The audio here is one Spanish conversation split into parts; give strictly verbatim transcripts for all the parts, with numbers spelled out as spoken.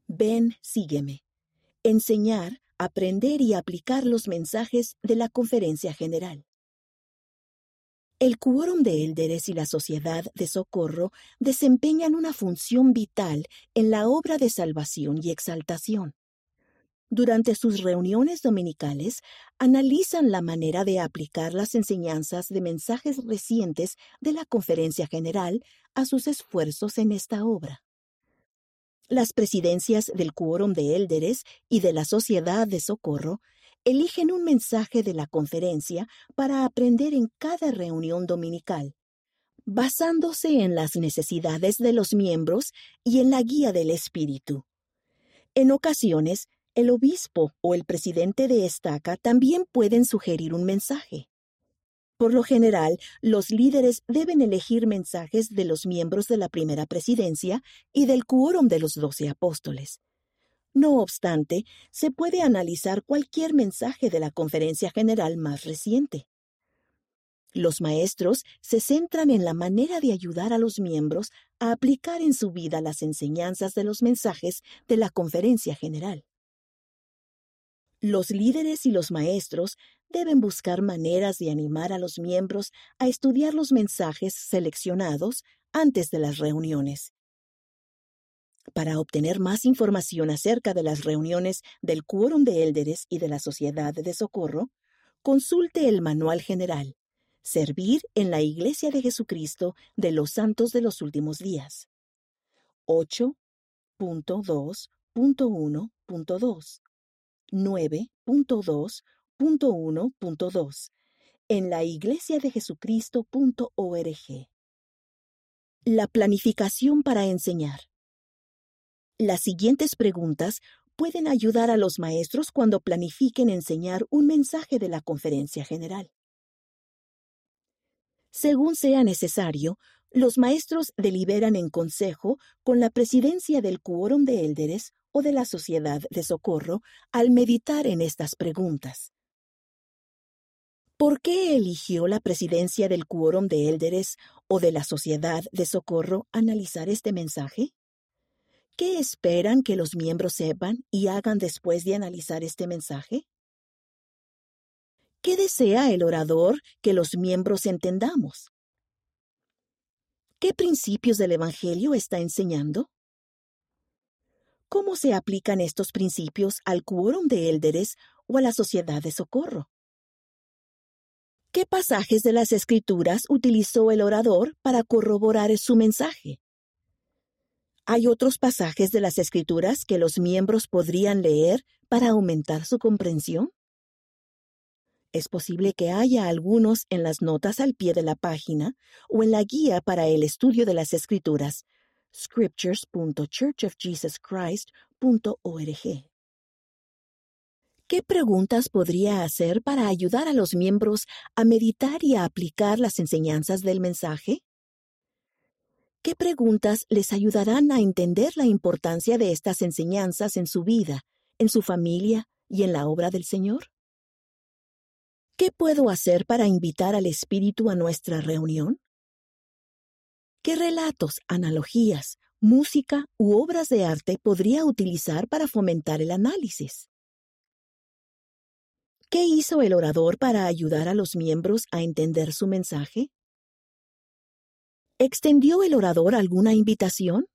Ven, sígueme. Enseñar, aprender y aplicar los mensajes de la Conferencia General. El Quórum de Élderes y la Sociedad de Socorro desempeñan una función vital en la obra de salvación y exaltación. Durante sus reuniones dominicales, analizan la manera de aplicar las enseñanzas de mensajes recientes de la Conferencia General a sus esfuerzos en esta obra. Las presidencias del Quórum de Élderes y de la Sociedad de Socorro eligen un mensaje de la conferencia para aprender en cada reunión dominical, basándose en las necesidades de los miembros y en la guía del Espíritu. En ocasiones, el obispo o el presidente de estaca también pueden sugerir un mensaje. Por lo general, los líderes deben elegir mensajes de los miembros de la primera presidencia y del quórum de los doce apóstoles. No obstante, se puede analizar cualquier mensaje de la Conferencia General más reciente. Los maestros se centran en la manera de ayudar a los miembros a aplicar en su vida las enseñanzas de los mensajes de la Conferencia General. Los líderes y los maestros deben buscar maneras de animar a los miembros a estudiar los mensajes seleccionados antes de las reuniones. Para obtener más información acerca de las reuniones del Quórum de Élderes y de la Sociedad de Socorro, consulte el Manual General, Servir en la Iglesia de Jesucristo de los Santos de los Últimos Días. ocho punto dos punto uno punto dos. nueve punto dos punto uno punto dos en la iglesia de jesucristo punto org. La planificación para enseñar. Las siguientes preguntas pueden ayudar a los maestros cuando planifiquen enseñar un mensaje de la Conferencia General. Según sea necesario, los maestros deliberan en consejo con la presidencia del Quórum de Élderes o de la Sociedad de Socorro al meditar en estas preguntas. ¿Por qué eligió la presidencia del Quórum de Élderes o de la Sociedad de Socorro analizar este mensaje? ¿Qué esperan que los miembros sepan y hagan después de analizar este mensaje? ¿Qué desea el orador que los miembros entendamos? ¿Qué principios del Evangelio está enseñando? ¿Cómo se aplican estos principios al Quórum de Élderes o a la Sociedad de Socorro? ¿Qué pasajes de las Escrituras utilizó el orador para corroborar su mensaje? ¿Hay otros pasajes de las Escrituras que los miembros podrían leer para aumentar su comprensión? Es posible que haya algunos en las notas al pie de la página o en la guía para el estudio de las Escrituras, scriptures punto church of jesus christ punto org. ¿Qué preguntas podría hacer para ayudar a los miembros a meditar y a aplicar las enseñanzas del mensaje? ¿Qué preguntas les ayudarán a entender la importancia de estas enseñanzas en su vida, en su familia y en la obra del Señor? ¿Qué puedo hacer para invitar al Espíritu a nuestra reunión? ¿Qué relatos, analogías, música u obras de arte podría utilizar para fomentar el análisis? ¿Qué hizo el orador para ayudar a los miembros a entender su mensaje? ¿Extendió el orador alguna invitación?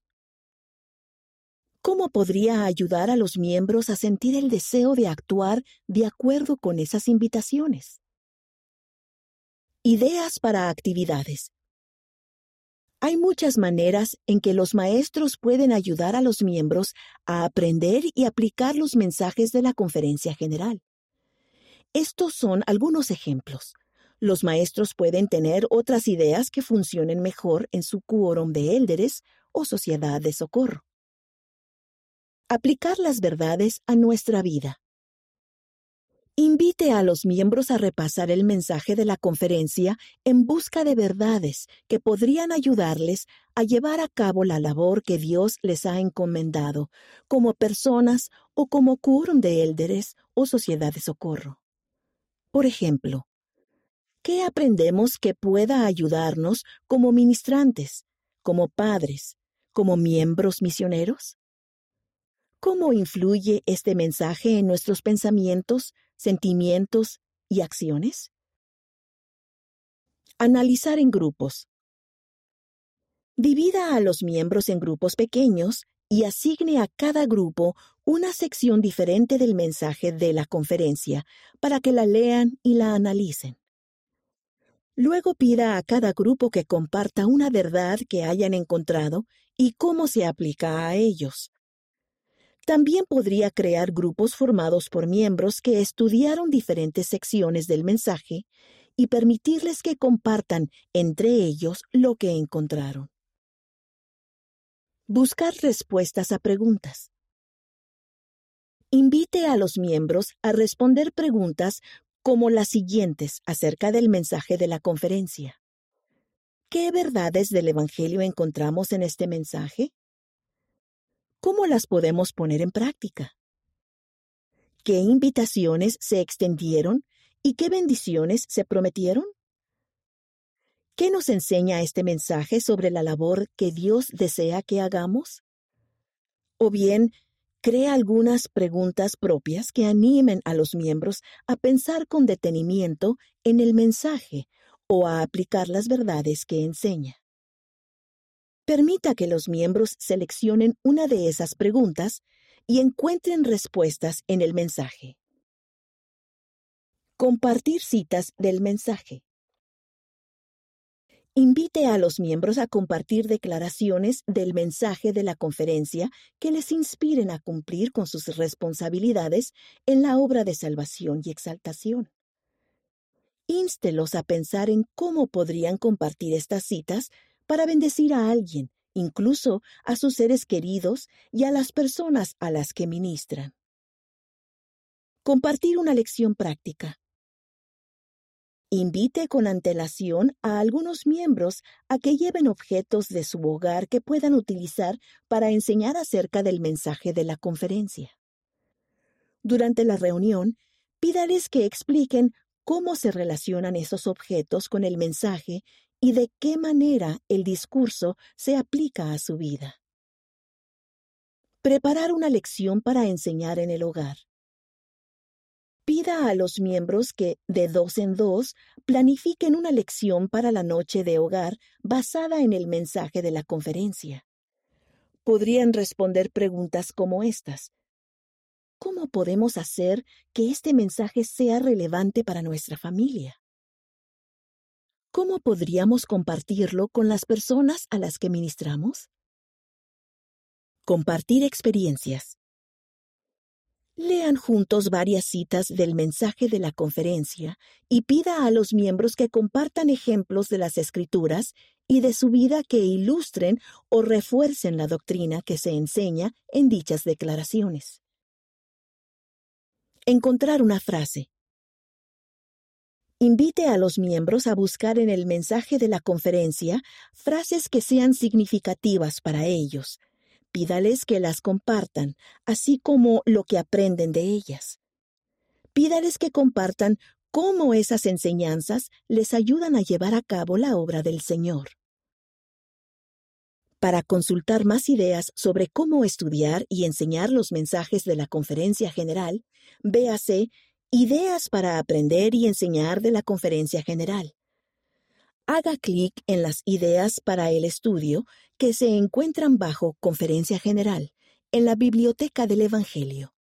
¿Cómo podría ayudar a los miembros a sentir el deseo de actuar de acuerdo con esas invitaciones? Ideas para actividades. Hay muchas maneras en que los maestros pueden ayudar a los miembros a aprender y aplicar los mensajes de la Conferencia General. Estos son algunos ejemplos. Los maestros pueden tener otras ideas que funcionen mejor en su quórum de élderes o sociedad de socorro. Aplicar las verdades a nuestra vida. Invite a los miembros a repasar el mensaje de la conferencia en busca de verdades que podrían ayudarles a llevar a cabo la labor que Dios les ha encomendado como personas o como quórum de élderes o sociedad de socorro. Por ejemplo, ¿qué aprendemos que pueda ayudarnos como ministrantes, como padres, como miembros misioneros? ¿Cómo influye este mensaje en nuestros pensamientos, sentimientos y acciones? Analizar en grupos. Divida a los miembros en grupos pequeños y asigne a cada grupo una sección diferente del mensaje de la conferencia para que la lean y la analicen. Luego pida a cada grupo que comparta una verdad que hayan encontrado y cómo se aplica a ellos. También podría crear grupos formados por miembros que estudiaron diferentes secciones del mensaje y permitirles que compartan entre ellos lo que encontraron. Buscar respuestas a preguntas. Invite a los miembros a responder preguntas como las siguientes acerca del mensaje de la conferencia. ¿Qué verdades del Evangelio encontramos en este mensaje? ¿Cómo las podemos poner en práctica? ¿Qué invitaciones se extendieron y qué bendiciones se prometieron? ¿Qué nos enseña este mensaje sobre la labor que Dios desea que hagamos? O bien, crea algunas preguntas propias que animen a los miembros a pensar con detenimiento en el mensaje o a aplicar las verdades que enseña. Permita que los miembros seleccionen una de esas preguntas y encuentren respuestas en el mensaje. Compartir citas del mensaje. Invite a los miembros a compartir declaraciones del mensaje de la conferencia que les inspiren a cumplir con sus responsabilidades en la obra de salvación y exaltación.Ínstelos a pensar en cómo podrían compartir estas citas para bendecir a alguien, incluso a sus seres queridos y a las personas a las que ministran. Compartir una lección práctica. Invite con antelación a algunos miembros a que lleven objetos de su hogar que puedan utilizar para enseñar acerca del mensaje de la conferencia. Durante la reunión, pídales que expliquen cómo se relacionan esos objetos con el mensaje y de qué manera el discurso se aplica a su vida. Preparar una lección para enseñar en el hogar. Pida a los miembros que, de dos en dos, planifiquen una lección para la noche de hogar basada en el mensaje de la conferencia. Podrían responder preguntas como estas. ¿Cómo podemos hacer que este mensaje sea relevante para nuestra familia? ¿Cómo podríamos compartirlo con las personas a las que ministramos? Compartir experiencias. Lean juntos varias citas del mensaje de la conferencia y pida a los miembros que compartan ejemplos de las Escrituras y de su vida que ilustren o refuercen la doctrina que se enseña en dichas declaraciones. Encontrar una frase. Invite a los miembros a buscar en el mensaje de la conferencia frases que sean significativas para ellos. Pídales que las compartan, así como lo que aprenden de ellas. Pídales que compartan cómo esas enseñanzas les ayudan a llevar a cabo la obra del Señor. Para consultar más ideas sobre cómo estudiar y enseñar los mensajes de la Conferencia General, véase Ideas para aprender y enseñar de la Conferencia General. Haga clic en las ideas para el estudio que se encuentran bajo Conferencia General, en la Biblioteca del Evangelio.